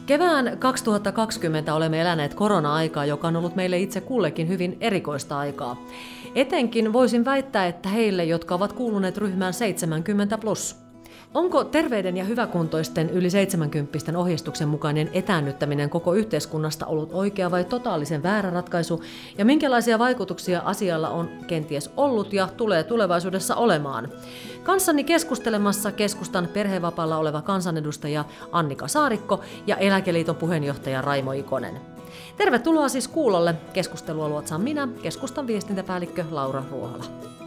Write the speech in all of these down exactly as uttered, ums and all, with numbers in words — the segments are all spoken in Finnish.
Kevään kaksituhattakaksikymmentä olemme eläneet korona-aikaa, joka on ollut meille itse kullekin hyvin erikoista aikaa. Etenkin voisin väittää, että heille, jotka ovat kuuluneet ryhmään seitsemänkymmentä plus. Onko terveiden ja hyväkuntoisten yli seitsemänkymppisten ohjeistuksen mukainen etäännyttäminen koko yhteiskunnasta ollut oikea vai totaalisen väärä ratkaisu, ja minkälaisia vaikutuksia asialla on kenties ollut ja tulee tulevaisuudessa olemaan? Kanssani keskustelemassa keskustan perhevapaalla oleva kansanedustaja Annika Saarikko ja Eläkeliiton puheenjohtaja Raimo Ikonen. Tervetuloa siis kuulolle. Keskustelua luotsaan minä, keskustan viestintäpäällikkö Laura Ruohola.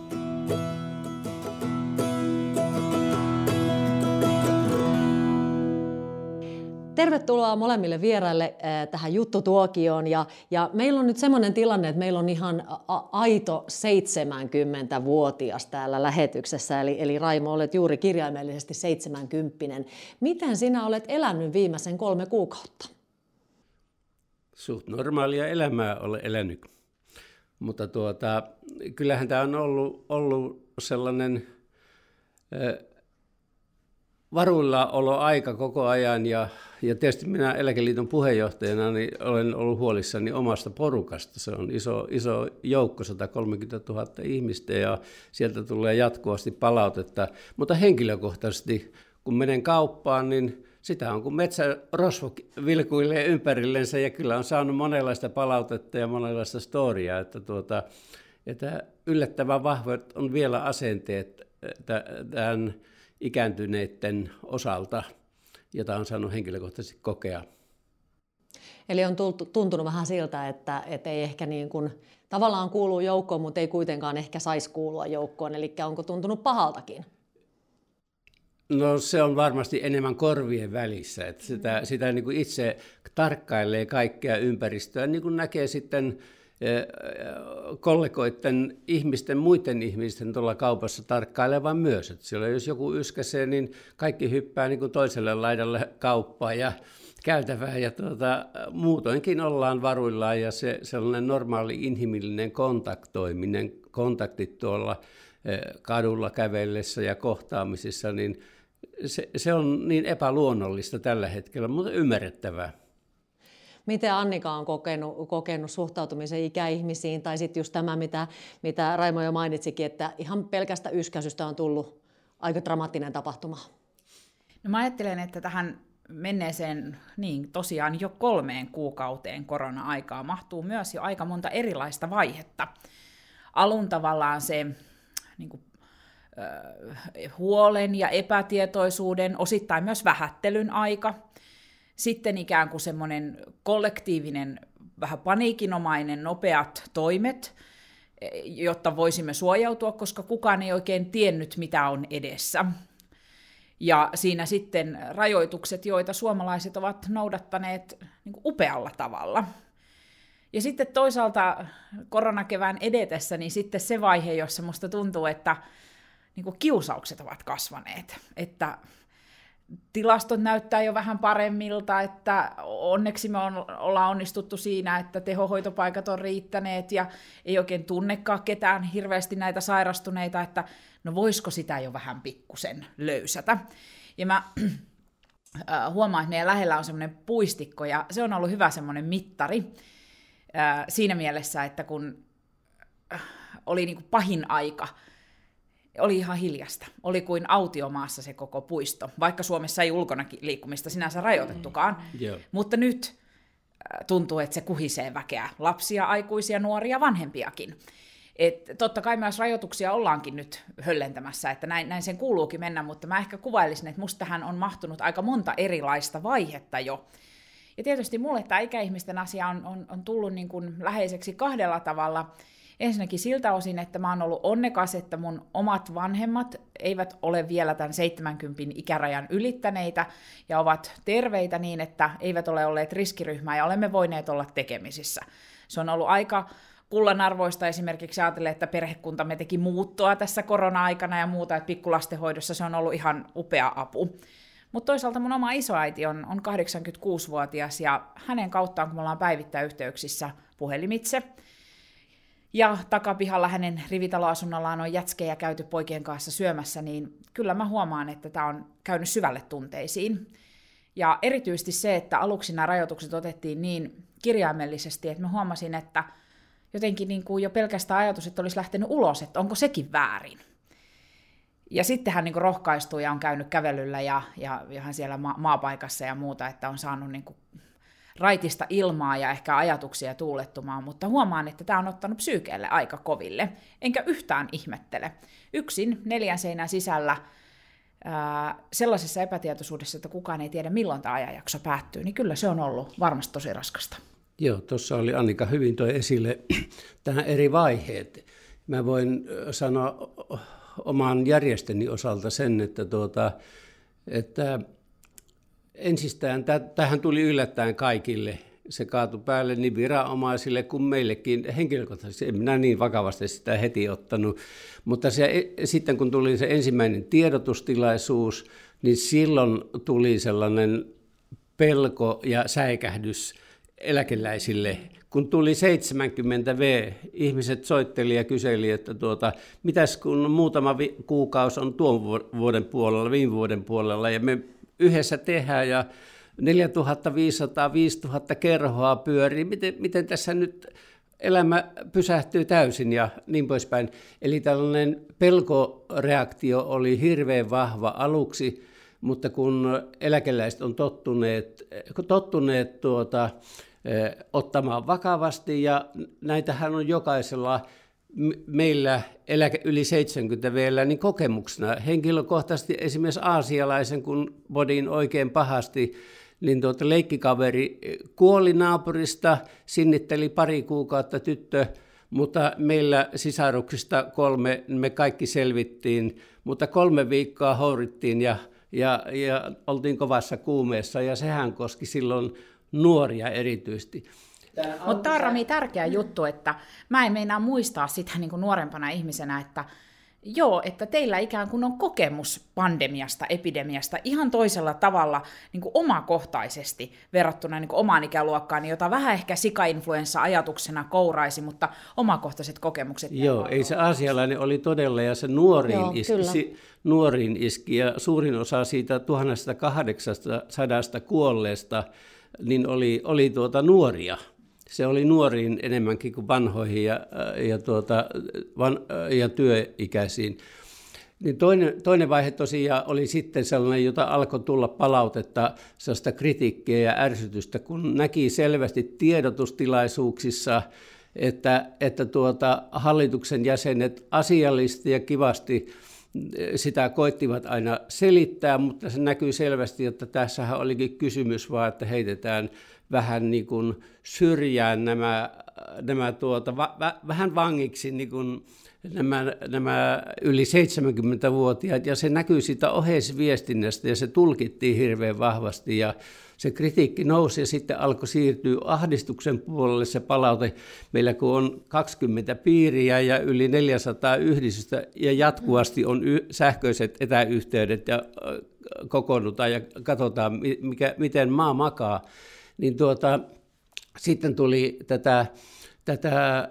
Tervetuloa molemmille vieraille äh, tähän juttutuokioon. Ja, ja meillä on nyt semmoinen tilanne, että meillä on ihan a- aito seitsemänkymmentävuotias täällä lähetyksessä. Eli, eli Raimo, olet juuri kirjaimellisesti seitsemänkymppinen. Miten sinä olet elänyt viimeisen kolme kuukautta? Suht normaalia elämää olen elänyt. Mutta tuota, kyllähän tämä on ollut, ollut sellainen äh, varuilla olo aika koko ajan, ja, ja tietysti minä Eläkeliiton puheenjohtajana niin olen ollut huolissani omasta porukasta. Se on iso, iso joukko, sata kolmekymmentätuhatta ihmistä, ja sieltä tulee jatkuvasti palautetta. Mutta henkilökohtaisesti, kun menen kauppaan, niin sitä on, kun metsärosvo vilkuilee ympärillensä, ja kyllä on saanut monenlaista palautetta ja monenlaista storiaa, että, tuota, että yllättävän vahvat on vielä asenteet tämän ikääntyneiden osalta, jota on saanut henkilökohtaisesti kokea. Eli on tuntunut vähän siltä, että, että ei ehkä niin kuin, tavallaan kuuluu joukkoon, mutta ei kuitenkaan ehkä saisi kuulua joukkoon. Eli onko tuntunut pahaltakin? No se on varmasti enemmän korvien välissä. Että sitä, mm. sitä niin kuin itse tarkkailee kaikkea ympäristöä, niin kuin näkee sitten kollegoiden ihmisten, muiden ihmisten tuolla kaupassa tarkkailevan myös. Että siellä jos joku yskäsee, niin kaikki hyppää niin kuin toiselle laidalle kauppaan ja käytävään. Ja tuota, muutoinkin ollaan varuillaan, ja se sellainen normaali inhimillinen kontaktoiminen, kontaktit tuolla kadulla kävellessä ja kohtaamisissa, niin se, se on niin epäluonnollista tällä hetkellä, mutta ymmärrettävää. Miten Annika on kokenut, kokenut suhtautumisen ikäihmisiin, tai sitten just tämä, mitä, mitä Raimo jo mainitsikin, että ihan pelkästä yskäisystä on tullut aika dramaattinen tapahtuma? No mä ajattelen, että tähän menneeseen niin tosiaan jo kolmeen kuukauteen korona-aikaa mahtuu myös jo aika monta erilaista vaihetta. Alun tavallaan se niin kuin, äh, huolen ja epätietoisuuden, osittain myös vähättelyn aika. Sitten ikään kuin semmoinen kollektiivinen, vähän paniikinomainen, nopeat toimet, jotta voisimme suojautua, koska kukaan ei oikein tiennyt, mitä on edessä. Ja siinä sitten rajoitukset, joita suomalaiset ovat noudattaneet niin kuin upealla tavalla. Ja sitten toisaalta koronakevään edetessä, niin sitten se vaihe, jossa musta tuntuu, että niin kuin kiusaukset ovat kasvaneet, että tilastot näyttää jo vähän paremmilta, että onneksi me on, ollaan onnistuttu siinä, että tehohoitopaikat on riittäneet ja ei oikein tunnekaan ketään hirveästi näitä sairastuneita, että no voisiko sitä jo vähän pikkusen löysätä. Ja mä äh, huomaan, että meidän lähellä on semmoinen puistikko, ja se on ollut hyvä semmoinen mittari äh, siinä mielessä, että kun äh, oli niin kuin pahin aika, oli ihan hiljasta. Oli kuin autiomaassa se koko puisto, vaikka Suomessa ei ulkona liikkumista sinänsä rajoitettukaan. Mm, yeah. Mutta nyt tuntuu, että se kuhisee väkeä. Lapsia, aikuisia, nuoria, vanhempiakin. Et totta kai myös rajoituksia ollaankin nyt höllentämässä, että näin, näin sen kuuluukin mennä, mutta mä ehkä kuvailisin, että musta tähän on mahtunut aika monta erilaista vaihetta jo. Ja tietysti mulle tämä ikäihmisten asia on, on, on tullut niin kuin läheiseksi kahdella tavalla. Ensinnäkin siltä osin, että mä oon ollut onnekas, että mun omat vanhemmat eivät ole vielä tämän seitsemänkymmenen ikärajan ylittäneitä ja ovat terveitä niin, että eivät ole olleet riskiryhmää ja olemme voineet olla tekemisissä. Se on ollut aika kullanarvoista esimerkiksi ajatella, että perhekuntamme teki muuttoa tässä korona-aikana ja muuta, että pikkulastenhoidossa se on ollut ihan upea apu. Mutta toisaalta mun oma isoäiti on, on kahdeksankymmentäkuusivuotias ja hänen kauttaan, kun me ollaan päivittäin yhteyksissä puhelimitse, ja takapihalla hänen rivitaloasunnollaan on jätskejä käyty poikien kanssa syömässä, niin kyllä mä huomaan, että tämä on käynyt syvälle tunteisiin. Ja erityisesti se, että aluksi nämä rajoitukset otettiin niin kirjaimellisesti, että mä huomasin, että jotenkin niin kuin jo pelkästään ajatus, että olisi lähtenyt ulos, että onko sekin väärin. Ja sitten hän niin kuin rohkaistuu ja on käynyt kävelyllä ja, ja ihan siellä ma- maapaikassa ja muuta, että on saanut niin kuin raitista ilmaa ja ehkä ajatuksia tuulettumaan, mutta huomaan, että tämä on ottanut psyykeelle aika koville, enkä yhtään ihmettele. Yksin neljän seinän sisällä ää, sellaisessa epätietoisuudessa, että kukaan ei tiedä milloin tämä ajanjakso päättyy, niin kyllä se on ollut varmasti tosi raskasta. Joo, tuossa oli Annika hyvin toi esille tähän eri vaiheet. Mä voin sanoa oman järjestöni osalta sen, että, tuota, että ensistään tähän tuli yllättäen kaikille. Se kaatui päälle niin viranomaisille kuin meillekin henkilökohtaisesti. En minä niin vakavasti sitä heti ottanut. Mutta se, sitten kun tuli se ensimmäinen tiedotustilaisuus, niin silloin tuli sellainen pelko ja säikähdys eläkeläisille. Kun tuli seitsemänkymmentä vuotta, ihmiset soitteli ja kyseli, että tuota, mitäs kun muutama vi- kuukausi on tuon vuoden puolella, viime vuoden puolella, ja me yhdessä tehdään ja neljätuhattaviisisataa viisituhatta kerhoa pyörii, miten, miten tässä nyt elämä pysähtyy täysin ja niin poispäin. Eli tällainen pelkoreaktio oli hirveän vahva aluksi, mutta kun eläkeläiset on tottuneet, tottuneet tuota, eh, ottamaan vakavasti, ja näitähän on jokaisella meillä eläke yli seitsemänkymmentä vuotiailla niin kokemuksena. Henkilökohtaisesti esimerkiksi aasialaisen, kun bodin oikein pahasti, niin tuota leikkikaveri kuoli naapurista, sinnitteli pari kuukautta tyttö, mutta meillä sisaruksista kolme, me kaikki selvittiin, mutta kolme viikkoa hourittiin ja, ja, ja oltiin kovassa kuumeessa, ja sehän koski silloin nuoria erityisesti. Mutta tämä on Rami tärkeä juttu, että mä en meinaa muistaa sitä niin kuin nuorempana ihmisenä, että joo, että teillä ikään kuin on kokemus pandemiasta, epidemiasta ihan toisella tavalla niin kuin omakohtaisesti verrattuna niin kuin omaan ikäluokkaan, jota vähän ehkä sika-influenssa-ajatuksena kouraisi, mutta omakohtaiset kokemukset. Joo, ei se aasialainen oli todella, ja se nuoriin, Joo, iski, nuoriin iski, ja suurin osa siitä tuhatkahdeksansataa kuolleesta niin oli, oli tuota nuoria. Se oli nuoriin enemmänkin kuin vanhoihin ja, ja, tuota, van, ja työikäisiin. Niin toinen, toinen vaihe tosiaan oli sitten sellainen, jota alkoi tulla palautetta, sellaista kritiikkiä ja ärsytystä, kun näki selvästi tiedotustilaisuuksissa, että, että tuota, hallituksen jäsenet asiallisesti ja kivasti sitä koittivat aina selittää, mutta se näkyy selvästi, että tässähän olikin kysymys vaan, että heitetään vähän niin kuin syrjään nämä, nämä tuota, va, va, vähän vangiksi niin kuin nämä, nämä yli seitsemänkymmentävuotiaat, ja se näkyy siitä oheisviestinnästä, ja se tulkittiin hirveän vahvasti, ja se kritiikki nousi, ja sitten alkoi siirtyä ahdistuksen puolelle se palaute. Meillä kun on kaksikymmentä piiriä ja yli neljäsataa yhdistystä, ja jatkuvasti on y- sähköiset etäyhteydet, ja kokoonnutaan ja katsotaan, mikä, miten maa makaa, niin tuota, sitten tuli tätä, tätä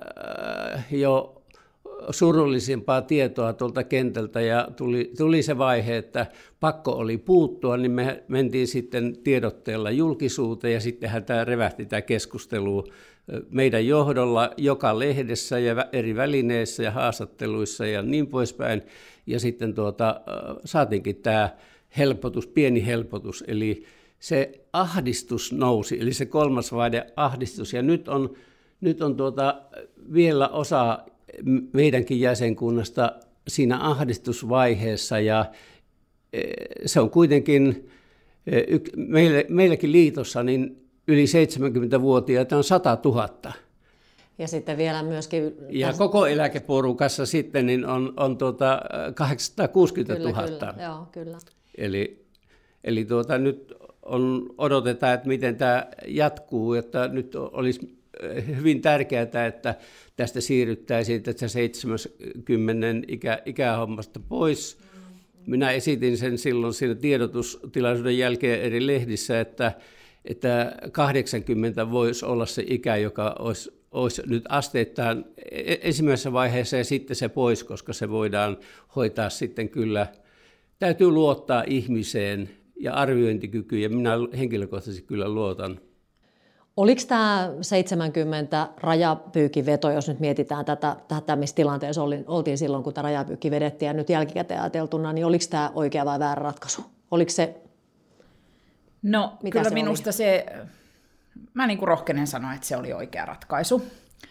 jo surullisimpaa tietoa tuolta kentältä, ja tuli, tuli se vaihe, että pakko oli puuttua, niin me mentiin sitten tiedotteella julkisuuteen, ja sittenhän tämä revähti tämä keskustelu meidän johdolla joka lehdessä ja eri välineissä ja haastatteluissa ja niin poispäin, ja sitten tuota, saatiinkin tämä helpotus, pieni helpotus, eli se ahdistus nousi, eli se kolmas vaihde ahdistus, ja nyt on, nyt on tuota vielä osa meidänkin jäsenkunnasta siinä ahdistusvaiheessa, ja se on kuitenkin meille, meilläkin liitossa niin yli seitsemänkymmentävuotiaita on sata tuhatta. Ja sitten vielä myöskin... Ja koko eläkeporukassa sitten niin on, on tuota kahdeksansataakuusikymmentätuhatta. Kyllä, kyllä, joo, kyllä. Eli, eli tuota, nyt on, odotetaan, että miten tämä jatkuu, että nyt olisi hyvin tärkeää, että tästä siirryttäisiin tästä seitsemänkymmentä ikä, ikähommasta pois. Minä esitin sen silloin siinä tiedotustilaisuuden jälkeen eri lehdissä, että, että kahdeksankymmentä voisi olla se ikä, joka olisi, olisi nyt asteittain ensimmäisessä vaiheessa, ja sitten se pois, koska se voidaan hoitaa sitten kyllä. Täytyy luottaa ihmiseen, ja arviointikyky, ja minä henkilökohtaisesti kyllä luotan. Oliko tämä seitsemänkymmentä rajapyykiveto, jos nyt mietitään tätä, tätä missä tilanteessa oltiin silloin, kun tämä rajapyykki vedettiin ja nyt jälkikäteen ajateltuna, niin oliko tämä oikea vai väärä ratkaisu? Oliko se, no mitä kyllä se minusta oli? se, mä niin kuin rohkenen sanoa, että se oli oikea ratkaisu.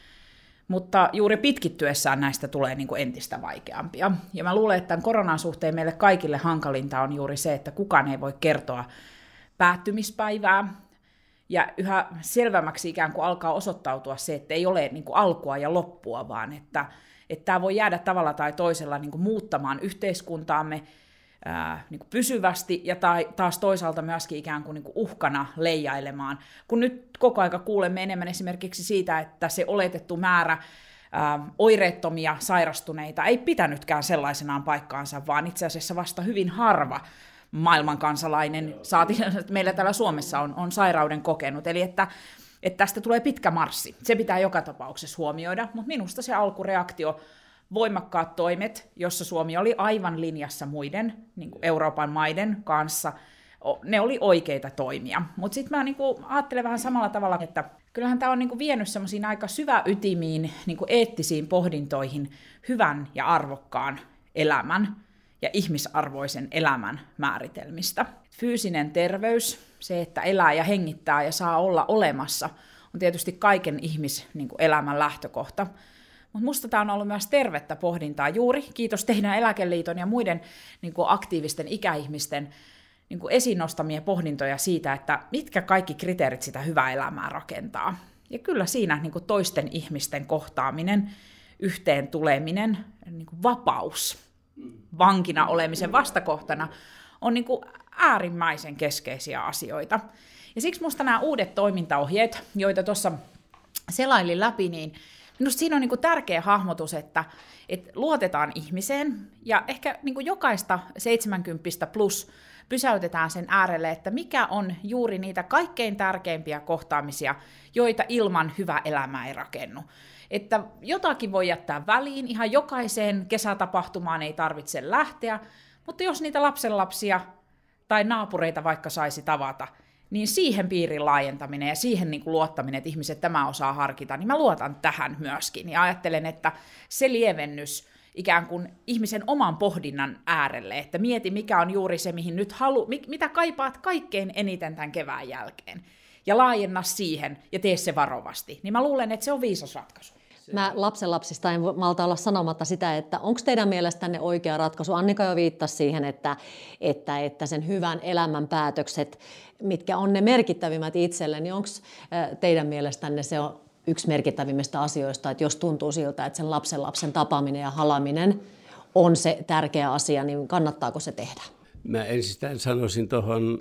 Mutta juuri pitkittyessään näistä tulee niin kuin entistä vaikeampia. Ja mä luulen, että tämän koronan suhteen meille kaikille hankalinta on juuri se, että kukaan ei voi kertoa päättymispäivää. Ja yhä selvämmäksi ikään kuin alkaa osoittautua se, että ei ole niin kuin alkua ja loppua, vaan että, että tämä voi jäädä tavalla tai toisella niin kuin muuttamaan yhteiskuntaamme ää, niin kuin pysyvästi ja tai, taas toisaalta myöskin ikään kuin, niin kuin uhkana leijailemaan. Kun nyt koko aika kuulemme enemmän esimerkiksi siitä, että se oletettu määrä ää, oireettomia sairastuneita ei pitänytkään sellaisenaan paikkaansa, vaan itse asiassa vasta hyvin harva maailmankansalainen, saatiin, että meillä täällä Suomessa on, on sairauden kokenut, eli että, että tästä tulee pitkä marssi. Se pitää joka tapauksessa huomioida, mutta minusta se alkureaktio, voimakkaat toimet, jossa Suomi oli aivan linjassa muiden niin kuin Euroopan maiden kanssa, ne oli oikeita toimia. Mutta sitten mä niin kuin ajattelen vähän samalla tavalla, että kyllähän tämä on niin kuin vienyt semmoisiin aika syväytimiin, niin kuin eettisiin pohdintoihin hyvän ja arvokkaan elämän ja ihmisarvoisen elämän määritelmistä. Fyysinen terveys, se, että elää ja hengittää ja saa olla olemassa, on tietysti kaiken ihmiselämän lähtökohta. Mutta musta tämä on ollut myös tervettä pohdintaa juuri, kiitos teidän Eläkeliiton ja muiden niin kuin aktiivisten ikäihmisten niin kuin esiin nostamia pohdintoja siitä, että mitkä kaikki kriteerit sitä hyvää elämää rakentaa. Ja kyllä siinä niin kuin toisten ihmisten kohtaaminen, yhteen tuleminen, niin kuin vapaus, vankina olemisen vastakohtana on niin kuin äärimmäisen keskeisiä asioita. Ja siksi musta nämä uudet toimintaohjeet, joita tuossa selailin läpi, niin minusta siinä on niin kuin tärkeä hahmotus, että, että luotetaan ihmiseen ja ehkä niin kuin jokaista seitsemänkymmentä plus pysäytetään sen äärelle, että mikä on juuri niitä kaikkein tärkeimpiä kohtaamisia, joita ilman hyvää elämää ei rakennu. Että jotakin voi jättää väliin, ihan jokaiseen kesätapahtumaan ei tarvitse lähteä, mutta jos niitä lapsenlapsia tai naapureita vaikka saisi tavata, niin siihen piirin laajentaminen ja siihen niin kuin luottaminen, että ihmiset tämä osaa harkita, niin mä luotan tähän myöskin. Ja ajattelen, että se lievennys ikään kuin ihmisen oman pohdinnan äärelle, että mieti mikä on juuri se, mihin nyt halu, mitä kaipaat kaikkein eniten tämän kevään jälkeen. Ja laajenna siihen ja tee se varovasti. Niin mä luulen, että se on viisas ratkaisu. Mä lapsenlapsista en malta olla sanomatta sitä, että onko teidän mielestänne oikea ratkaisu? Annika jo viittasi siihen, että, että, että sen hyvän elämän päätökset, mitkä on ne merkittävimmät itselle, niin onko teidän mielestänne se on yksi merkittävimmistä asioista, että jos tuntuu siltä, että sen lapsenlapsen tapaaminen ja halaminen on se tärkeä asia, niin kannattaako se tehdä? Mä ensistään sanoisin tuohon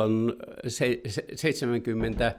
seitsemänkymmentä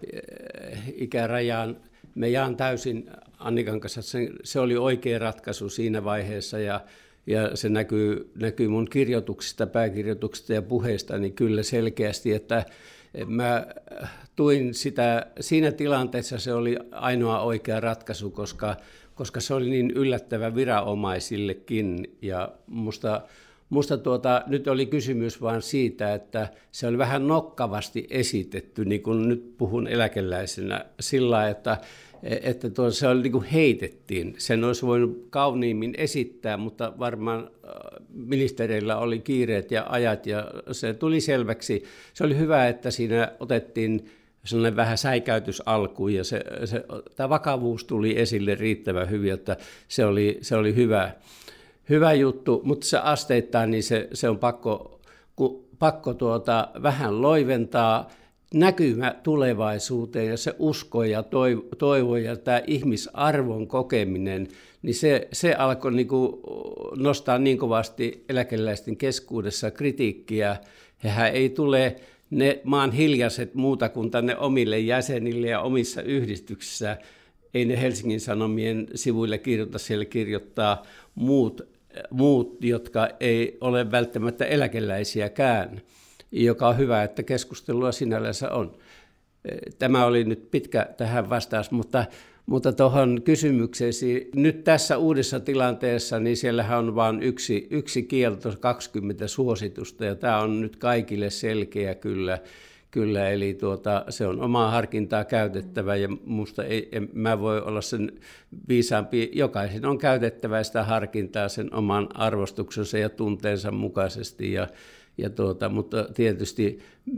ikärajaan, me jaan täysin Annikan kanssa, se, se oli oikea ratkaisu siinä vaiheessa ja, ja se näkyy, näkyy mun kirjoituksista, pääkirjoituksista ja puheista niin kyllä selkeästi, että mä tuin sitä, siinä tilanteessa se oli ainoa oikea ratkaisu, koska, koska se oli niin yllättävä viranomaisillekin ja musta Musta tuota, nyt oli kysymys vain siitä, että se oli vähän nokkavasti esitetty, niin kuin nyt puhun eläkeläisenä, sillä että, että tuo, se oli niin kuin heitettiin. Sen olisi voinut kauniimmin esittää, mutta varmaan ministereillä oli kiireet ja ajat ja se tuli selväksi. Se oli hyvä, että siinä otettiin sellainen vähän säikäytys alkuun ja se, se, tämä vakavuus tuli esille riittävän hyvin, että se oli, se oli hyvä. Hyvä juttu, mutta se asteittain niin se, se on pakko, ku, pakko tuota, vähän loiventaa näkymä tulevaisuuteen ja se usko ja toivo ja tämä ihmisarvon kokeminen, niin se, se alkoi niin kuin nostaa niin kovasti eläkeläisten keskuudessa kritiikkiä. Hehän ei tule ne maan hiljaiset muuta kuin tänne omille jäsenille ja omissa yhdistyksissä. Ei ne Helsingin Sanomien sivuille kirjoita, siellä kirjoittaa muut, muut, jotka ei ole välttämättä eläkeläisiäkään, joka on hyvä, että keskustelua sinällänsä on. Tämä oli nyt pitkä tähän vastaus, mutta, Mutta tuohon kysymykseesi, nyt tässä uudessa tilanteessa, niin siellähän on vain yksi, yksi kielto, kaksikymmentä suositusta, ja tämä on nyt kaikille selkeä kyllä. Kyllä, eli tuota, se on omaa harkintaa käytettävä, ja minusta ei, en, mä voi olla sen viisaampi. Jokaisen on käytettävä sitä harkintaa sen oman arvostuksensa ja tunteensa mukaisesti, ja, ja tuota, mutta tietysti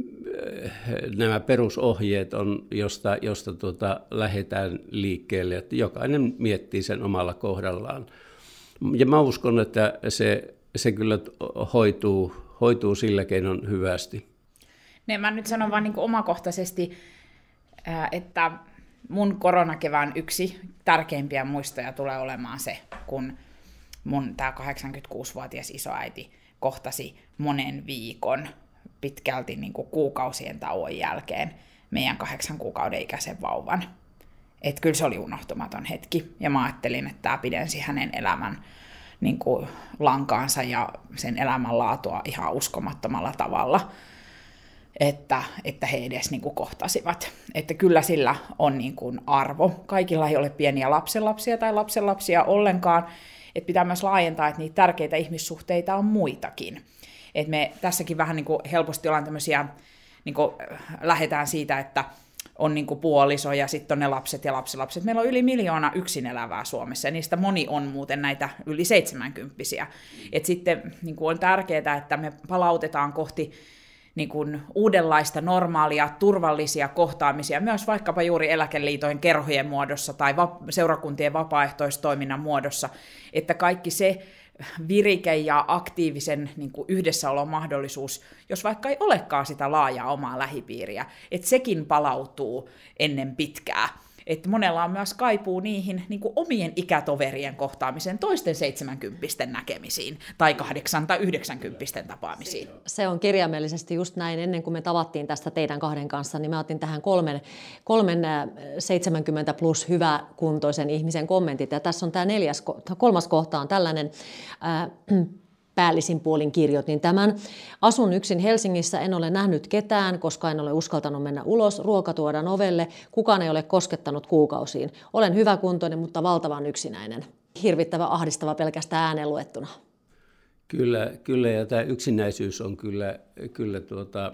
nämä perusohjeet on, josta, josta tuota, lähdetään liikkeelle, että jokainen miettii sen omalla kohdallaan. Ja mä uskon, että se, se kyllä hoituu, hoituu sillä keinon hyvästi. Ne, mä nyt sanon vaan niin kuin omakohtaisesti, että mun koronakevään yksi tärkeimpiä muistoja tulee olemaan se, kun mun tää kahdeksankymmentäkuusivuotias isoäiti kohtasi monen viikon pitkälti niin kuin kuukausien tauon jälkeen meidän kahdeksan kuukauden ikäisen vauvan. Että kyllä se oli unohtumaton hetki, ja mä ajattelin, että tämä pidensi hänen elämän niin kuin lankaansa ja sen elämänlaatua ihan uskomattomalla tavalla. Että, että he edes niin kuin kohtasivat. Että kyllä sillä on niin kuin arvo. Kaikilla ei ole pieniä lapsenlapsia tai lapsenlapsia ollenkaan. Että pitää myös laajentaa, että niitä tärkeitä ihmissuhteita on muitakin. Että me tässäkin vähän niin kuin helposti ollaan tämmöisiä, niin kuin lähdetään siitä, että on niin kuin puoliso ja sitten on ne lapset ja lapsilapset. Meillä on yli miljoona yksin elävää Suomessa, ja niistä moni on muuten näitä yli seitsemänkymppisiä. Että sitten niin kuin on tärkeää, että me palautetaan kohti niin kuin uudenlaista normaalia, turvallisia kohtaamisia, myös vaikkapa juuri eläkeliitojen kerhojen muodossa tai va- seurakuntien vapaaehtoistoiminnan muodossa, että kaikki se virike ja aktiivisen niin kuin yhdessäolon mahdollisuus, jos vaikka ei olekaan sitä laajaa omaa lähipiiriä, että sekin palautuu ennen pitkää. Että monella on myös kaipuu niihin niin kuin omien ikätoverien kohtaamiseen, toisten seitsemänkymppisten näkemisiin tai kahdeksan- tai yhdeksänkymppisten tapaamisiin. Se on kirjaimellisesti just näin. Ennen kuin me tavattiin tästä teidän kahden kanssa, niin mä otin tähän kolmen, kolmen seitsemänkymmentä plus hyväkuntoisen ihmisen kommentit. Ja tässä on tämä neljäs, kolmas kohta on tällainen... Ää, päällisin puolin kirjoitin tämän. Asun yksin Helsingissä, en ole nähnyt ketään, koska en ole uskaltanut mennä ulos. Ruoka tuodaan ovelle, kukaan ei ole koskettanut kuukausiin. Olen hyväkuntoinen, mutta valtavan yksinäinen. Hirvittävä, ahdistava pelkästään ääneen luettuna. Kyllä, kyllä, ja tämä yksinäisyys on kyllä, kyllä tuota,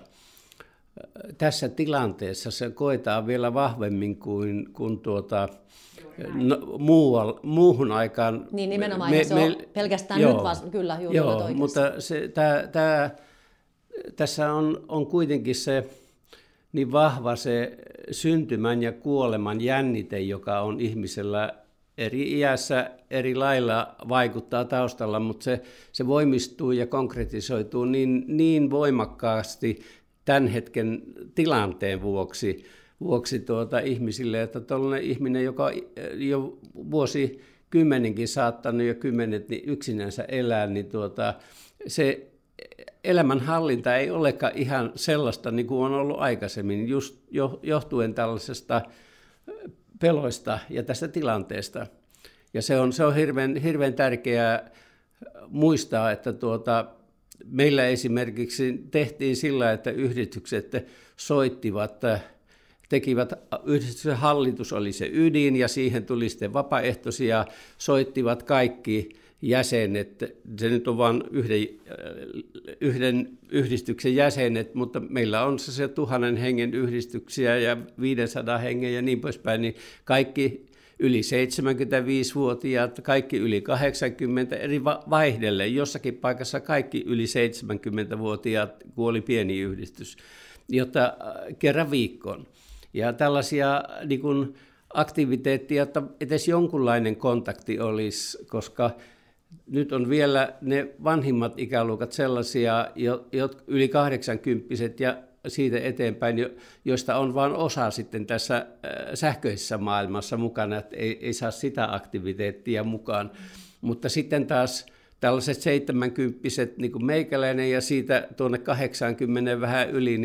tässä tilanteessa se koetaan vielä vahvemmin kuin, kuin tuota, no, muual, muuhun aikaan. Niin nimenomaan, me, se me, on pelkästään joo, nyt vaan, kyllä, juuri joo, mutta se, tää, tää, tässä on, on kuitenkin se niin vahva se syntymän ja kuoleman jännite, joka on ihmisellä eri iässä eri lailla vaikuttaa taustalla, mutta se, se voimistuu ja konkretisoituu niin, niin voimakkaasti tämän hetken tilanteen vuoksi, vuoksi tuota ihmisille, että tuollainen ihminen, joka jo vuosikymmeninkin saattanut jo kymmenet niin yksinänsä elää, niin tuota, se elämänhallinta ei olekaan ihan sellaista niin kuin on ollut aikaisemmin, just johtuen tällaisesta peloista ja tästä tilanteesta. Ja se on, se on hirveän, hirveän tärkeää muistaa, että tuota, meillä esimerkiksi tehtiin sillä, että yhdistykset soittivat, tekivät, yhdistyksen hallitus oli se ydin ja siihen tuli sitten vapaaehtoisia, soittivat kaikki jäsenet, se nyt on vain yhden, yhden yhdistyksen jäsenet, mutta meillä on se, se tuhannen hengen yhdistyksiä ja viisisataa hengen ja niin poispäin, niin kaikki yli seitsemänkymmentäviisivuotiaat, kaikki yli kahdeksankymmentä, eri vaihdelle. Jossakin paikassa kaikki yli seitsemänkymmentävuotiaat, kun oli pieni yhdistys, jotta kerran viikkoon. Ja tällaisia niin kuin aktiviteettia, että edes jonkunlainen kontakti olisi, koska nyt on vielä ne vanhimmat ikäluokat sellaisia, jo, jo yli kahdeksankymppiset ja siitä eteenpäin, joista on vain osa sitten tässä sähköisessä maailmassa mukana, että ei, ei saa sitä aktiviteettia mukaan. Mutta sitten taas tällaiset seitsemänkymppiset, niin kuin meikäläinen ja siitä tuonne kahdeksankymmentä vähän yli, niin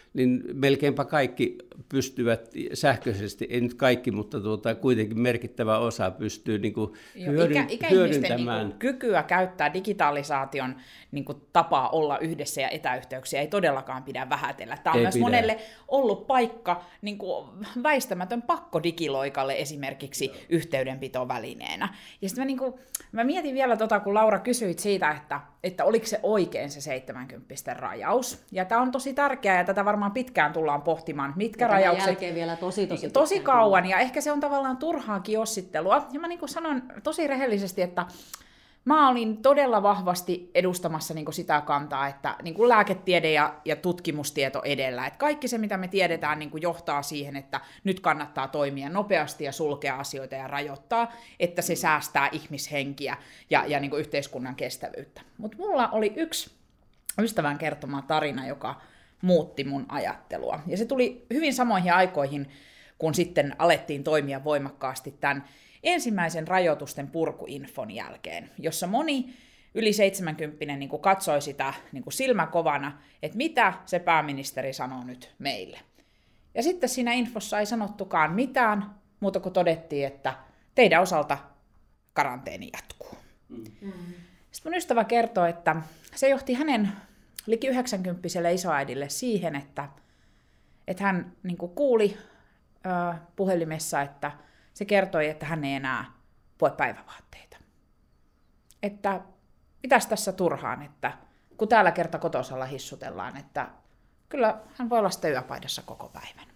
niin melkeinpä kaikki pystyvät sähköisesti, ei nyt kaikki, mutta tuota, kuitenkin merkittävä osa pystyy niin kuin hyödyn, Ikä, hyödyntämään. Niin kuin kykyä käyttää digitalisaation niin kuin tapaa olla yhdessä ja etäyhteyksiä ei todellakaan pidä vähätellä. Tämä on ei myös pidä. monelle ollut paikka, niin kuin väistämätön pakko digiloikalle esimerkiksi yhteydenpitovälineenä. Ja sitten mä, niin kuin, mä mietin vielä, tota, kun Laura kysyit siitä, että, että oliko se oikein se seitsemänkymppisten rajaus. Ja tämä on tosi tärkeää ja tätä varmaan pitkään tullaan pohtimaan, mitkä ja rajaukset. Jälkeen vielä tosi, tosi, tosi kauan ja ehkä se on tavallaan turhaa kiossittelua. Ja mä niin kuin sanon tosi rehellisesti, että mä olin todella vahvasti edustamassa niin kuin sitä kantaa, että niin kuin lääketiede ja, ja tutkimustieto edellä. Että kaikki se, mitä me tiedetään, niin kuin johtaa siihen, että nyt kannattaa toimia nopeasti ja sulkea asioita ja rajoittaa, että se säästää ihmishenkiä ja, ja niin kuin yhteiskunnan kestävyyttä. Mutta mulla oli yksi ystävän kertoma tarina, joka muutti mun ajattelua. Ja se tuli hyvin samoihin aikoihin, kun sitten alettiin toimia voimakkaasti tämän ensimmäisen rajoitusten purkuinfon jälkeen, jossa moni yli seitsemänkymppinen niin kuin katsoi sitä niin kuin silmäkovana, että mitä se pääministeri sanoo nyt meille. Ja sitten siinä infossa ei sanottukaan mitään, muuta kuin todettiin, että teidän osalta karanteeni jatkuu. Mm-hmm. Sitten mun ystävä kertoi, että se johti hänen liki yhdeksänkymmentäiselle isoäidille siihen, että, että hän niin kuin kuuli ö, puhelimessa, että se kertoi, että hän ei enää pue päivävaatteita. Että mitäs tässä turhaan, että kun täällä kerta kotosalla hissutellaan, että kyllä hän voi olla sitten yöpaidassa koko päivän.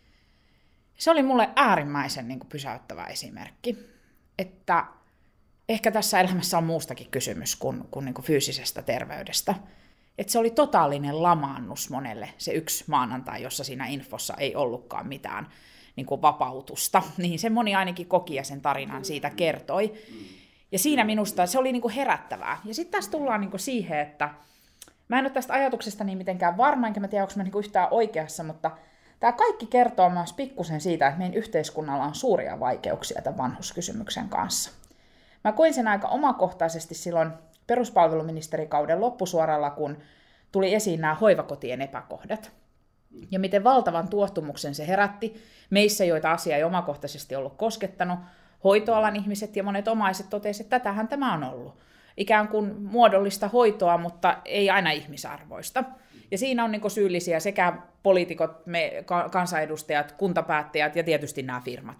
Se oli mulle äärimmäisen niin kuin pysäyttävä esimerkki, että ehkä tässä elämässä on muustakin kysymys kuin, kuin, niin kuin fyysisestä terveydestä. Että se oli totaalinen lamaannus monelle se yksi maanantai, jossa siinä infossa ei ollutkaan mitään niin kuin vapautusta. Niin se moni ainakin koki ja sen tarinan siitä kertoi. Ja siinä minusta se oli niin kuin herättävää. Ja sitten tässä tullaan niin kuin siihen, että mä en ole tästä ajatuksesta niin mitenkään varma, enkä mä tiedä, onko mä niin kuin yhtään oikeassa, mutta tämä kaikki kertoo myös pikkusen siitä, että meidän yhteiskunnalla on suuria vaikeuksia tämän vanhuskysymyksen kanssa. Mä koin sen aika omakohtaisesti silloin peruspalveluministerikauden loppusuoralla, kun tuli esiin nämä hoivakotien epäkohdat. Ja miten valtavan tuottumuksen se herätti meissä, joita asia ei omakohtaisesti ollut koskettanut. Hoitoalan ihmiset ja monet omaiset totesivat, että tätähän tämä on ollut. Ikään kuin muodollista hoitoa, mutta ei aina ihmisarvoista. Ja siinä on niin kuin syyllisiä sekä poliitikot, me kansanedustajat, kuntapäättäjät ja tietysti nämä firmat.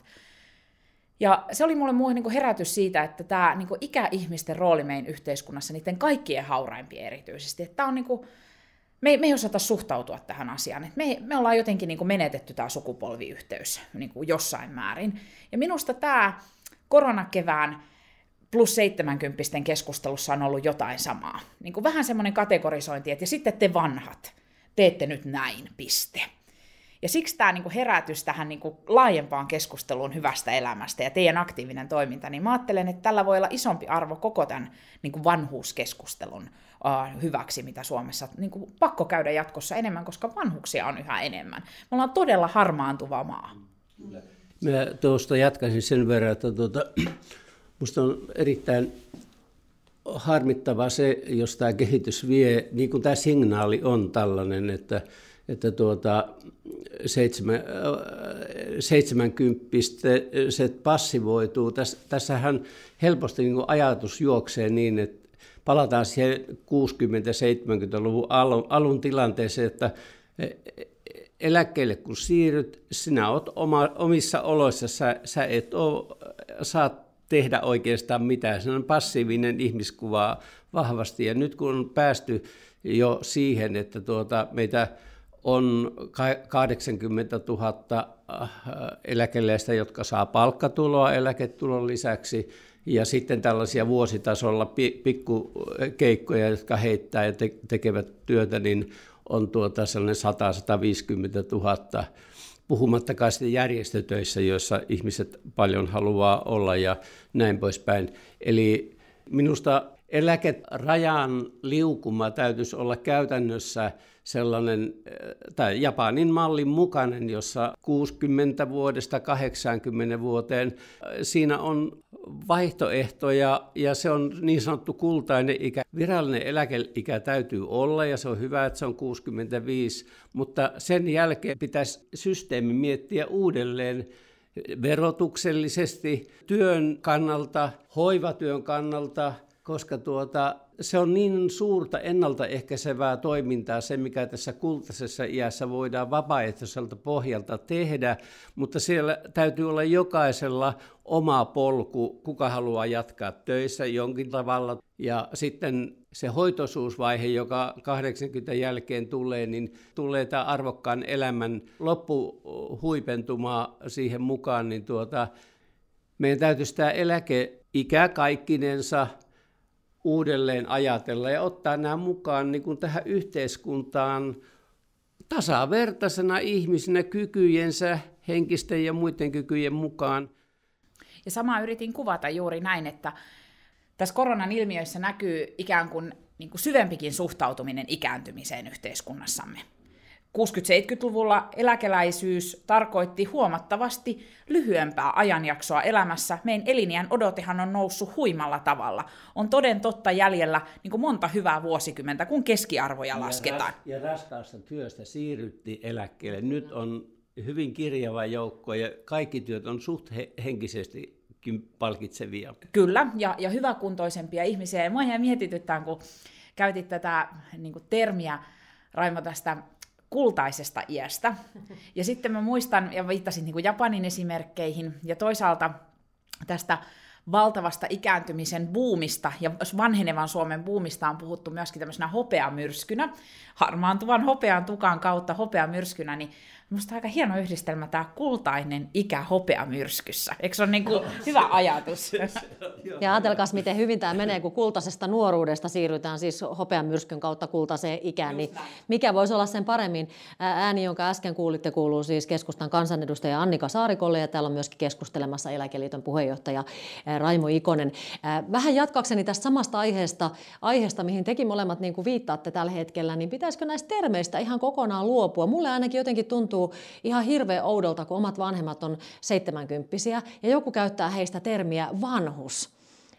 Ja se oli mulle muuhun niin herätys siitä, että tämä niin ikäihmisten rooli meidän yhteiskunnassa, niiden kaikkien hauraimpien erityisesti, että tämä on niin kuin, me, ei, me ei osata suhtautua tähän asiaan. Että me, me ollaan jotenkin niin kuin menetetty tämä sukupolviyhteys niin kuin jossain määrin. Ja minusta tämä koronakevään plus seitsemänkymppisten keskustelussa on ollut jotain samaa. Niin kuin vähän semmoinen kategorisointi, että ja sitten te vanhat, teette nyt näin, piste. Ja siksi tämä niinku herätys tähän niinku laajempaan keskusteluun hyvästä elämästä ja teidän aktiivinen toiminta, niin mä ajattelen, että tällä voi olla isompi arvo koko tämän niinku vanhuuskeskustelun uh, hyväksi, mitä Suomessa niinku pakko käydä jatkossa enemmän, koska vanhuksia on yhä enemmän. Me ollaan todella harmaantuva maa. Mä tuosta jatkaisin sen verran, että tuota, musta on erittäin harmittavaa se, jos tämä kehitys vie, niin kuin tämä signaali on tällainen, että että tuota, seitsemän, seitsemänkymppiset passivoituu. Täs, tässähän helposti niin kuin ajatus juoksee niin, että palataan siihen kuusikymmentä-seitsemänkymmentäluvun alun, alun tilanteeseen, että eläkkeelle kun siirryt, sinä olet oma, omissa oloissa, sä, sä et ole, saat tehdä oikeastaan mitään. Se on passiivinen ihmiskuva vahvasti, ja nyt kun on päästy jo siihen, että tuota, meitä on kahdeksankymmentätuhatta eläkeläistä, jotka saa palkkatuloa eläketulon lisäksi, ja sitten tällaisia vuositasolla pikkukeikkoja, jotka heittää ja te- tekevät työtä, niin on tuota sellainen sata sataviisikymmentätuhatta, puhumattakaan sitten järjestötöissä, joissa ihmiset paljon haluaa olla ja näin poispäin. Eli minusta eläkerajan liukuma täytyisi olla käytännössä sellainen, tai Japanin mallin mukainen, jossa kuusikymmentä vuodesta kahdeksankymmentä vuoteen, siinä on vaihtoehtoja ja se on niin sanottu kultainen ikä. Virallinen eläkeikä täytyy olla ja se on hyvä, että se on kuusikymmentäviisi, mutta sen jälkeen pitäisi systeemi miettiä uudelleen verotuksellisesti, työn kannalta, hoivatyön kannalta, koska tuota, se on niin suurta ennaltaehkäisevää toimintaa, se mikä tässä kultaisessa iässä voidaan vapaaehtoiselta pohjalta tehdä, mutta siellä täytyy olla jokaisella oma polku, kuka haluaa jatkaa töissä jonkin tavalla. Ja sitten se hoitoisuusvaihe, joka kahdeksankymmentä jälkeen tulee, niin tulee tämä arvokkaan elämän loppuhuipentuma siihen mukaan, niin tuota, meidän täytyisi tämä eläkeikä kaikkinensa uudelleen ajatella ja ottaa nämä mukaan niin kuin tähän yhteiskuntaan tasavertaisena ihmisinä kykyjensä, henkisten ja muiden kykyjen mukaan. Ja samaa yritin kuvata juuri näin, että tässä koronan ilmiöissä näkyy ikään kuin, niin kuin syvempikin suhtautuminen ikääntymiseen yhteiskunnassamme. kuusikymmentä-seitsemänkymmentäluvulla eläkeläisyys tarkoitti huomattavasti lyhyempää ajanjaksoa elämässä. Meidän eliniän odotehan on noussut huimalla tavalla. On toden totta jäljellä niin kuin monta hyvää vuosikymmentä, kun keskiarvoja lasketaan. Ja, ras, ja raskaasta työstä siirryttiin eläkkeelle. Nyt on hyvin kirjava joukko ja kaikki työt on suht he, henkisestikin palkitsevia. Kyllä, ja, ja hyväkuntoisempia ihmisiä. Ja mua ihan mietityttää, kun käytit tätä niin kuin termiä, Raimo, tästä kultaisesta iästä. Ja sitten mä muistan, ja viittasin niin kuin Japanin esimerkkeihin, ja toisaalta tästä valtavasta ikääntymisen buumista, ja vanhenevan Suomen buumista on puhuttu myöskin tämmöisenä hopeamyrskynä, harmaantuvan hopean tukan kautta hopeamyrskynä, niin minusta aika hieno yhdistelmä tämä kultainen ikä hopeamyrskyssä. Eikö se ole niin kuin hyvä ajatus? Ja ajatelkaas, miten hyvin tämä menee, kun kultaisesta nuoruudesta siirrytään siis hopeamyrskyn kautta kultaiseen ikään, niin mikä voisi olla sen paremmin? Ääni, jonka äsken kuulitte, kuuluu siis keskustan kansanedustaja Annika Saarikolle, ja täällä on myöskin keskustelemassa Eläkeliiton puheenjohtaja Raimo Ikonen. Vähän jatkaakseni tästä samasta aiheesta, aiheesta mihin tekin molemmat niin kuin viittaatte tällä hetkellä, niin pitäisikö näistä termeistä ihan kokonaan luopua? Mulle ainakin jotenkin tuntuu ihan hirveän oudolta, kun omat vanhemmat on seitsemänkymppisiä ja joku käyttää heistä termiä vanhus.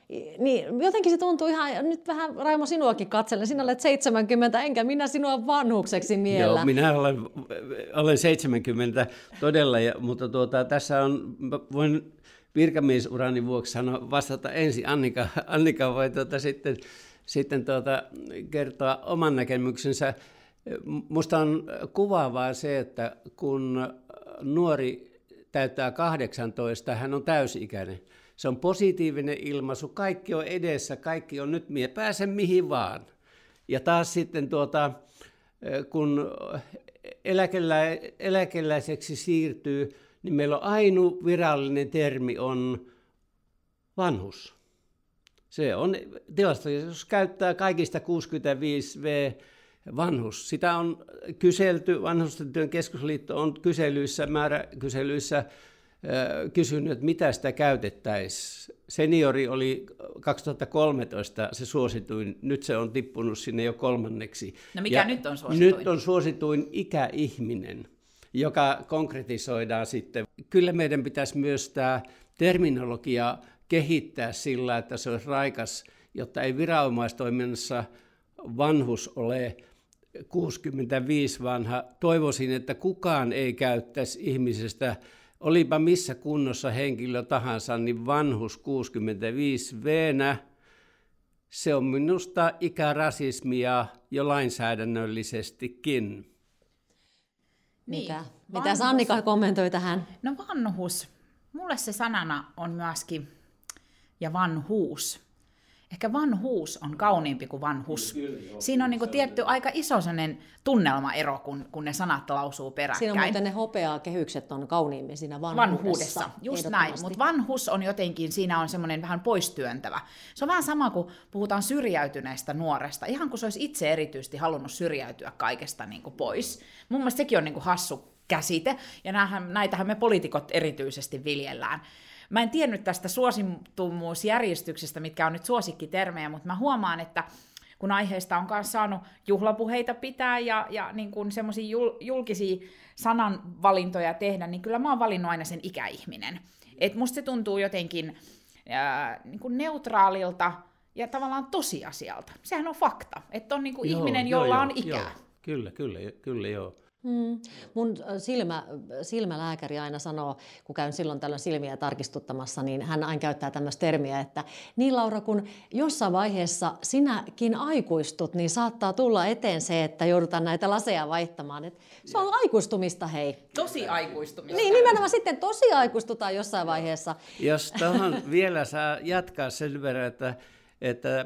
Niin, jotenkin se tuntuu ihan, nyt vähän Raimo sinuakin katselen, sinä olet seitsemänkymmentä, enkä minä sinua vanhukseksi miellä. Joo, minä olen, olen seitsemänkymmentä todella, ja, mutta tuota, tässä on, voin virkamiesurani vuoksi sanoa, vastata ensin Annika, Annika voi tuota, sitten, sitten tuota, kertoa oman näkemyksensä. Musta on kuvaavaa se, että kun nuori täyttää kahdeksantoista, hän on täysi-ikäinen. Se on positiivinen ilmaisu, kaikki on edessä, kaikki on nyt, mie pääsen mihin vaan. Ja taas sitten tuota, kun eläkelä, eläkeläiseksi siirtyy, niin meillä on ainoa virallinen termi on vanhus. Se on tilastossa, jos käyttää kaikista kuusikymmentäviisi vuotiaita vanhus. Sitä on kyselty, Vanhusten työn keskusliitto on kyselyissä, määräkyselyissä äh, kysynyt, että mitä sitä käytettäisiin. Seniori oli kaksituhattakolmetoista se suosituin, nyt se on tippunut sinne jo kolmanneksi. No mikä ja nyt on suosituin? Nyt on suosituin ikäihminen, joka konkretisoidaan sitten. Kyllä meidän pitäisi myös tämä terminologia kehittää sillä, että se olisi raikas, jotta ei viranomaistoiminnassa vanhus ole kuusikymmentäviisi vanha. Toivoisin, että kukaan ei käyttäisi ihmisestä, olipa missä kunnossa henkilö tahansa, niin vanhus kuusikymmentäviisi vuotiaana. Se on minusta ikärasismia jo lainsäädännöllisestikin. Mitä? Niin, Mitä Annika kommentoi tähän? No vanhus. Mulle se sanana on myöskin, ja vanhuus. Ehkä vanhuus on kauniimpi kuin vanhus. Kyllä, joo, siinä on niin kuin tietty aika iso sellainen tunnelmaero, kun, kun ne sanat lausuu peräkkäin. Siinä on muuten ne hopeaa kehykset on kauniimmin siinä vanhuudessa. Vanhuudessa, just näin. Mutta vanhus on jotenkin, siinä on semmoinen vähän poistyöntävä. Se on vähän sama kuin puhutaan syrjäytyneestä nuoresta. Ihan kuin se olisi itse erityisesti halunnut syrjäytyä kaikesta niin kuin pois. Mun mielestä sekin on niin kuin hassu käsite, ja näähän, näitähän me poliitikot erityisesti viljellään. Mä en tiennyt tästä suosittumusjärjestyksestä, mitkä on nyt suosikkitermejä, mutta mä huomaan, että kun aiheesta on myös saanut juhlapuheita pitää ja, ja niin kuin semmoisia jul, julkisia sananvalintoja tehdä, niin kyllä mä oon valinnut aina sen ikäihminen. Et musta se tuntuu jotenkin ää, niin kuin neutraalilta ja tavallaan tosiasialta. Sehän on fakta, että on niin kuin joo, ihminen, jolla joo, on ikää. Joo. Kyllä, kyllä, kyllä joo. Hmm. Mun silmä, silmälääkäri aina sanoo, kun käyn silloin tällöin silmiä tarkistuttamassa, niin hän aina käyttää tämmöistä termiä, että niin Laura, kun jossain vaiheessa sinäkin aikuistut, niin saattaa tulla eteen se, että joudutaan näitä laseja vaihtamaan. Et se on aikuistumista, hei. Tosi aikuistumista. Niin, nimenomaan sitten tosi aikuistutaan jossain vaiheessa. Jos tuohon vielä saa jatkaa sen verran, että, että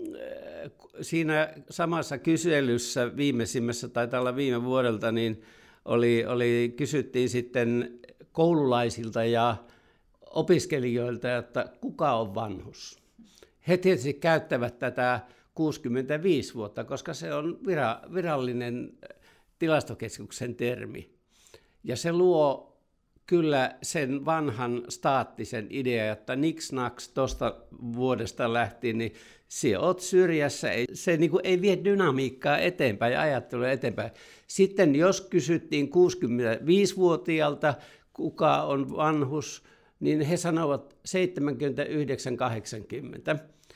siinä samassa kyselyssä viimeisimmässä, taitaa olla viime vuodelta, niin oli, oli, kysyttiin sitten koululaisilta ja opiskelijoilta, että kuka on vanhus. He tietysti käyttävät tätä kuusikymmentäviisi vuotta, koska se on vira, virallinen tilastokeskuksen termi. Ja se luo kyllä sen vanhan staattisen idean, että niks-naks tuosta vuodesta lähtien, niin sinä olet syrjässä, se niin kuin ei vie dynamiikkaa eteenpäin ja ajattelua eteenpäin. Sitten jos kysyttiin kuusikymmentäviisivuotiaalta, kuka on vanhus, niin he sanovat seitsemänkymmentäyhdeksän kahdeksankymmentä.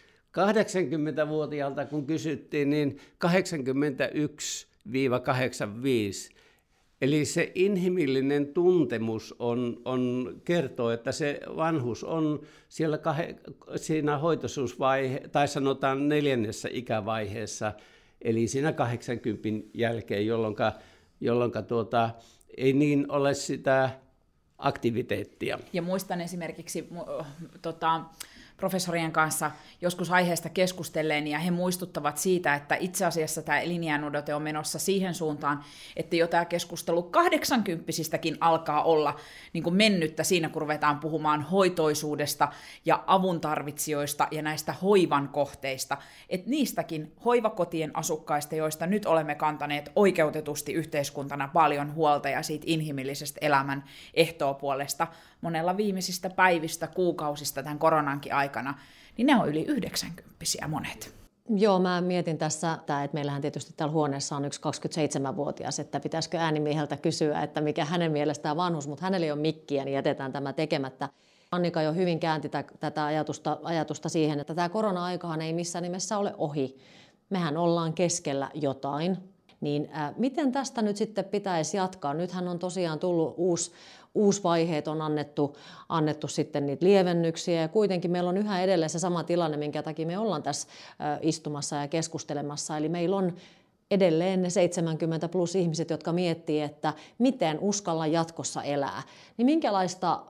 kahdeksankymmentävuotiaalta kun kysyttiin, niin kahdeksankymmentäyksi kahdeksankymmentäviisi. Eli se inhimillinen tuntemus on, on, kertoo, että se vanhus on siellä kah- siinä hoitoisuusvaihe, tai sanotaan neljännessä ikävaiheessa, eli siinä kahdeksankymmenen jälkeen, jolloin, jolloin tuota, ei niin ole sitä aktiviteettia. Ja muistan esimerkiksi tota, professorien kanssa joskus aiheesta keskustelleen, ja he muistuttavat siitä, että itse asiassa tämä eliniänodote on menossa siihen suuntaan, että jo tämä keskustelu kahdeksankymppisistäkin alkaa olla niin kuin mennyttä siinä, kun ruvetaan puhumaan hoitoisuudesta ja avuntarvitsijoista ja näistä hoivan kohteista, että niistäkin hoivakotien asukkaista, joista nyt olemme kantaneet oikeutetusti yhteiskuntana paljon huolta ja siitä inhimillisestä elämän ehtoopuolesta monella viimeisistä päivistä, kuukausista tämän koronankin aikana, niin ne on yli yhdeksänkymppisiä monet. Joo, mä mietin tässä, että meillähän tietysti täällä huoneessa on yksi kaksikymmentäseitsemänvuotias, että pitäisikö äänimieheltä kysyä, että mikä hänen mielestään vanhus, mutta hänellä ei ole mikkiä, niin jätetään tämä tekemättä. Annika jo hyvin käänti tätä ajatusta, ajatusta siihen, että tämä korona-aikahan ei missään nimessä ole ohi. Mehän ollaan keskellä jotain. Niin äh, miten tästä nyt sitten pitäisi jatkaa? Nythän on tosiaan tullut uusi, uusi vaiheet, on annettu, annettu sitten niitä lievennyksiä ja kuitenkin meillä on yhä edelleen se sama tilanne, minkä takia me ollaan tässä äh, istumassa ja keskustelemassa. Eli meillä on edelleen ne seitsemänkymmentä plus ihmiset, jotka miettii, että miten uskalla jatkossa elää. Niin minkälaista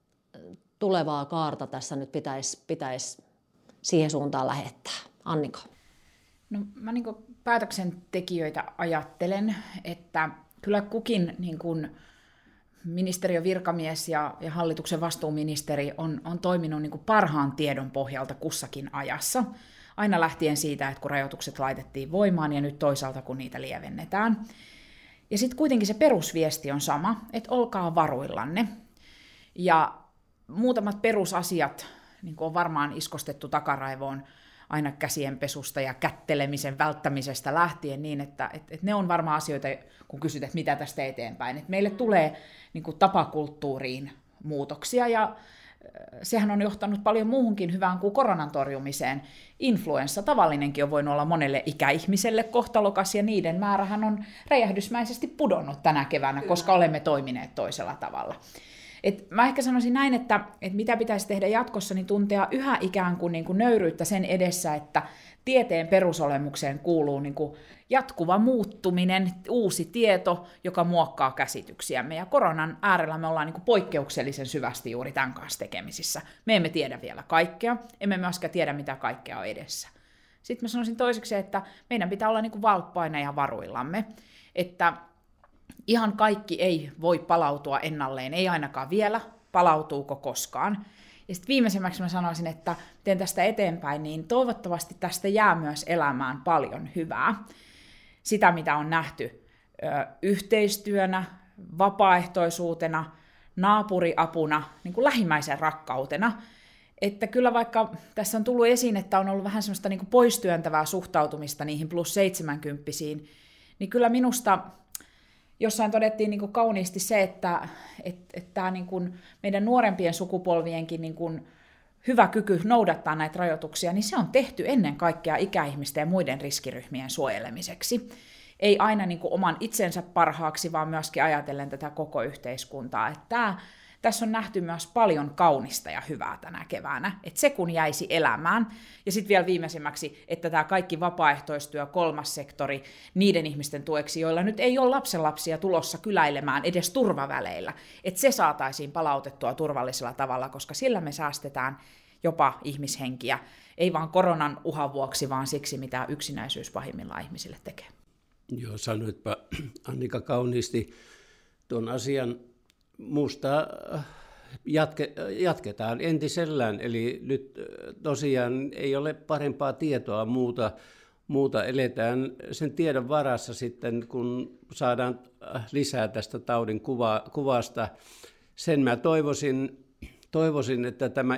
tulevaa kaarta tässä nyt pitäisi, pitäisi siihen suuntaan lähettää? Annika. No, mä niin kuin päätöksentekijöitä ajattelen, että kyllä kukin niin kuin ministeriön virkamies ja, ja hallituksen vastuuministeri on, on toiminut niin kuin parhaan tiedon pohjalta kussakin ajassa. Aina lähtien siitä, että kun rajoitukset laitettiin voimaan ja nyt toisaalta kun niitä lievennetään. Ja sitten kuitenkin se perusviesti on sama, että olkaa varuillanne. Ja muutamat perusasiat niin kuin on varmaan iskostettu takaraivoon aina käsienpesusta ja kättelemisen välttämisestä lähtien niin, että et, et ne on varmaan asioita, kun kysyt, että mitä tästä eteenpäin. Et meille tulee niin kuin tapakulttuuriin muutoksia ja sehän on johtanut paljon muuhunkin hyvään kuin koronan torjumiseen. Influenssa tavallinenkin on voinut olla monelle ikäihmiselle kohtalokas ja niiden määrähän on räjähdysmäisesti pudonnut tänä keväänä, koska olemme toimineet toisella tavalla. Et mä ehkä sanoisin näin, että, että mitä pitäisi tehdä jatkossa, niin tuntea yhä ikään kuin, niin kuin nöyryyttä sen edessä, että tieteen perusolemukseen kuuluu niin kuin jatkuva muuttuminen, uusi tieto, joka muokkaa käsityksiämme. Ja koronan äärellä me ollaan niin kuin poikkeuksellisen syvästi juuri tämän kanssa tekemisissä. Me emme tiedä vielä kaikkea, emme myöskään tiedä, mitä kaikkea on edessä. Sitten mä sanoisin toiseksi, että meidän pitää olla niin kuin valppaina ja varuillamme, että ihan kaikki ei voi palautua ennalleen, ei ainakaan vielä, palautuuko koskaan. Ja sitten viimeisemmäksi mä sanoisin, että miten tästä eteenpäin, niin toivottavasti tästä jää myös elämään paljon hyvää. Sitä, mitä on nähty ö, yhteistyönä, vapaaehtoisuutena, naapuriapuna, niin kuin lähimmäisen rakkautena. Että kyllä vaikka tässä on tullut esiin, että on ollut vähän semmoista niin kuin poistyöntävää suhtautumista niihin plus seitsemänkymppisiin, niin kyllä minusta jossain todettiin niin kuin kauniisti se, että, että, että tämä niin kuin meidän nuorempien sukupolvienkin niin kuin hyvä kyky noudattaa näitä rajoituksia, niin se on tehty ennen kaikkea ikäihmisten ja muiden riskiryhmien suojelemiseksi. Ei aina niin kuin oman itsensä parhaaksi, vaan myöskin ajatellen tätä koko yhteiskuntaa. Että tämä, tässä on nähty myös paljon kaunista ja hyvää tänä keväänä, että se kun jäisi elämään. Ja sitten vielä viimeisimmäksi, että tämä kaikki vapaaehtoistyö, kolmas sektori, niiden ihmisten tueksi, joilla nyt ei ole lapsenlapsia tulossa kyläilemään edes turvaväleillä, että se saataisiin palautettua turvallisella tavalla, koska sillä me säästetään jopa ihmishenkiä, ei vaan koronan uhan vuoksi, vaan siksi, mitä yksinäisyys pahimmillaan ihmisille tekee. Joo, sanoitpa Annika kauniisti tuon asian. Muusta jatke, jatketaan entisellään, eli nyt tosiaan ei ole parempaa tietoa muuta, muuta eletään sen tiedon varassa sitten, kun saadaan lisää tästä taudin kuva, kuvasta. Sen mä toivoisin, toivoisin, että tämä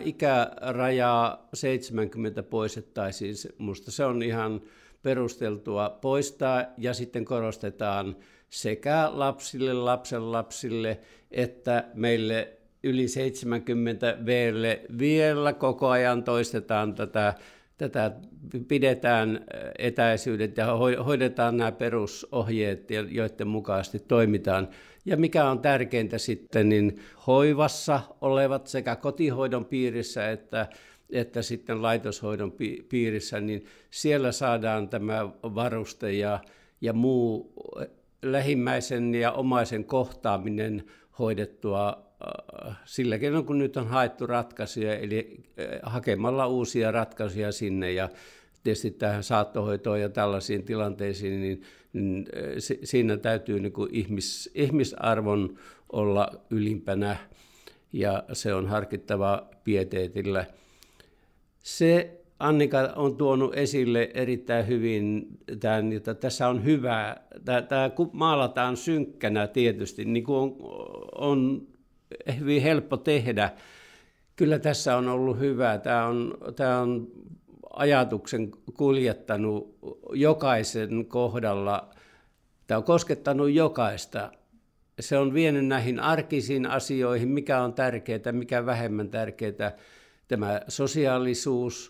ikäraja seitsemänkymmentä poistettaisiin, musta se on ihan perusteltua poistaa, ja sitten korostetaan sekä lapsille, lapsenlapsille, että meille yli seitsemänkymmentä vuotiaille vielä koko ajan toistetaan tätä, tätä pidetään etäisyydet ja hoidetaan nämä perusohjeet, joiden mukaisesti toimitaan. Ja mikä on tärkeintä sitten, niin hoivassa olevat sekä kotihoidon piirissä että että sitten laitoshoidon piirissä, niin siellä saadaan tämä varuste ja, ja muu lähimmäisen ja omaisen kohtaaminen hoidettua äh, sillä keinoin, kun nyt on haettu ratkaisuja, eli äh, hakemalla uusia ratkaisuja sinne ja tietysti tähän saattohoitoon ja tällaisiin tilanteisiin, niin, niin äh, si, siinä täytyy niin kuin ihmis, ihmisarvon olla ylimpänä ja se on harkittava pieteetillä. Se Annika on tuonut esille erittäin hyvin tämän, että tässä on hyvää. Tämä maalataan synkkänä tietysti, niin kuin on, on hyvin helppo tehdä. Kyllä tässä on ollut hyvää. Tämä on, tämä on ajatuksen kuljettanut jokaisen kohdalla. Tämä on koskettanut jokaista. Se on vienyt näihin arkisiin asioihin, mikä on tärkeää, mikä vähemmän tärkeää. Tämä sosiaalisuus,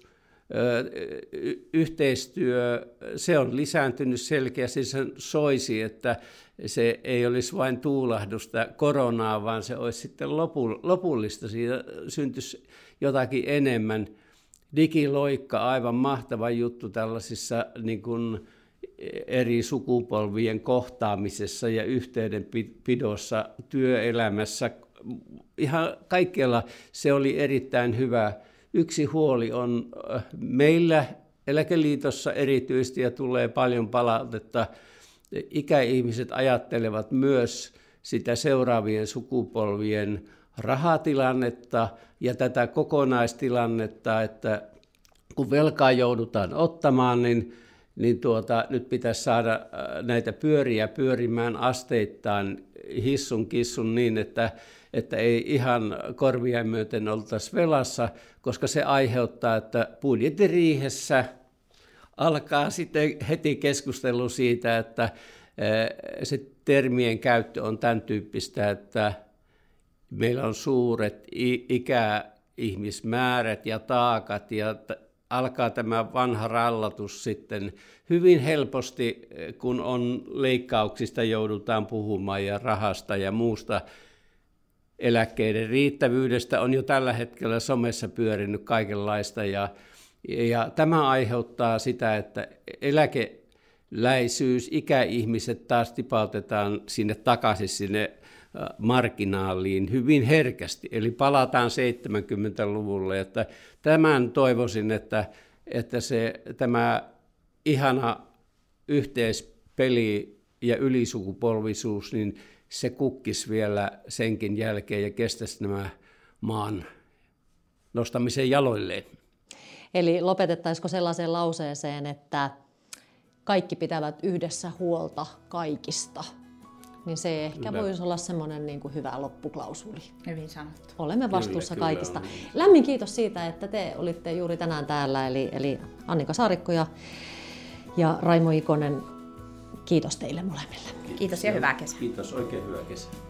yhteistyö, se on lisääntynyt selkeästi. Se soisi, että se ei olisi vain tuulahdusta koronaa, vaan se olisi sitten lopullista. Siitä syntyisi jotakin enemmän. Digiloikka, aivan mahtava juttu tällaisissa niin kuin eri sukupolvien kohtaamisessa ja yhteydenpidossa työelämässä. Ihan kaikkialla se oli erittäin hyvä. Yksi huoli on meillä Eläkeliitossa erityisesti ja tulee paljon palautetta. Ikäihmiset ajattelevat myös sitä seuraavien sukupolvien rahatilannetta ja tätä kokonaistilannetta, että kun velkaa joudutaan ottamaan, niin, niin tuota, nyt pitäisi saada näitä pyöriä pyörimään asteittain hissun kissun niin, että että ei ihan korvia myöten oltaisi velassa, koska se aiheuttaa, että budjettiriihessä alkaa sitten heti keskustelu siitä, että se termien käyttö on tämän tyyppistä, että meillä on suuret ikäihmismäärät ja taakat ja alkaa tämä vanha rallatus sitten hyvin helposti, kun on leikkauksista joudutaan puhumaan ja rahasta ja muusta. Eläkkeiden riittävyydestä on jo tällä hetkellä somessa pyörinyt kaikenlaista ja, ja tämä aiheuttaa sitä, että eläkeläisyys, ikäihmiset taas tipautetaan sinne takaisin sinne marginaaliin hyvin herkästi, eli palataan seitsemänkymmentäluvulle. Että tämän toivoisin, että, että se, tämä ihana yhteispeli ja ylisukupolvisuus, niin se kukkisi vielä senkin jälkeen ja kestäisi nämä maan nostamisen jaloilleen. Eli lopetettaisiko sellaiseen lauseeseen, että kaikki pitävät yhdessä huolta kaikista? niin se ehkä Kyllä. voisi olla semmoinen niin kuin hyvä loppuklausuli. Hyvin sanottu. Olemme vastuussa Kyllä, kaikista. kyllä on. Lämmin kiitos siitä, että te olitte juuri tänään täällä, eli, eli Annika Saarikko ja, ja Raimo Ikonen. Kiitos teille molemmille. Kiitos ja hyvää kesää. Kiitos, oikein hyvää kesää.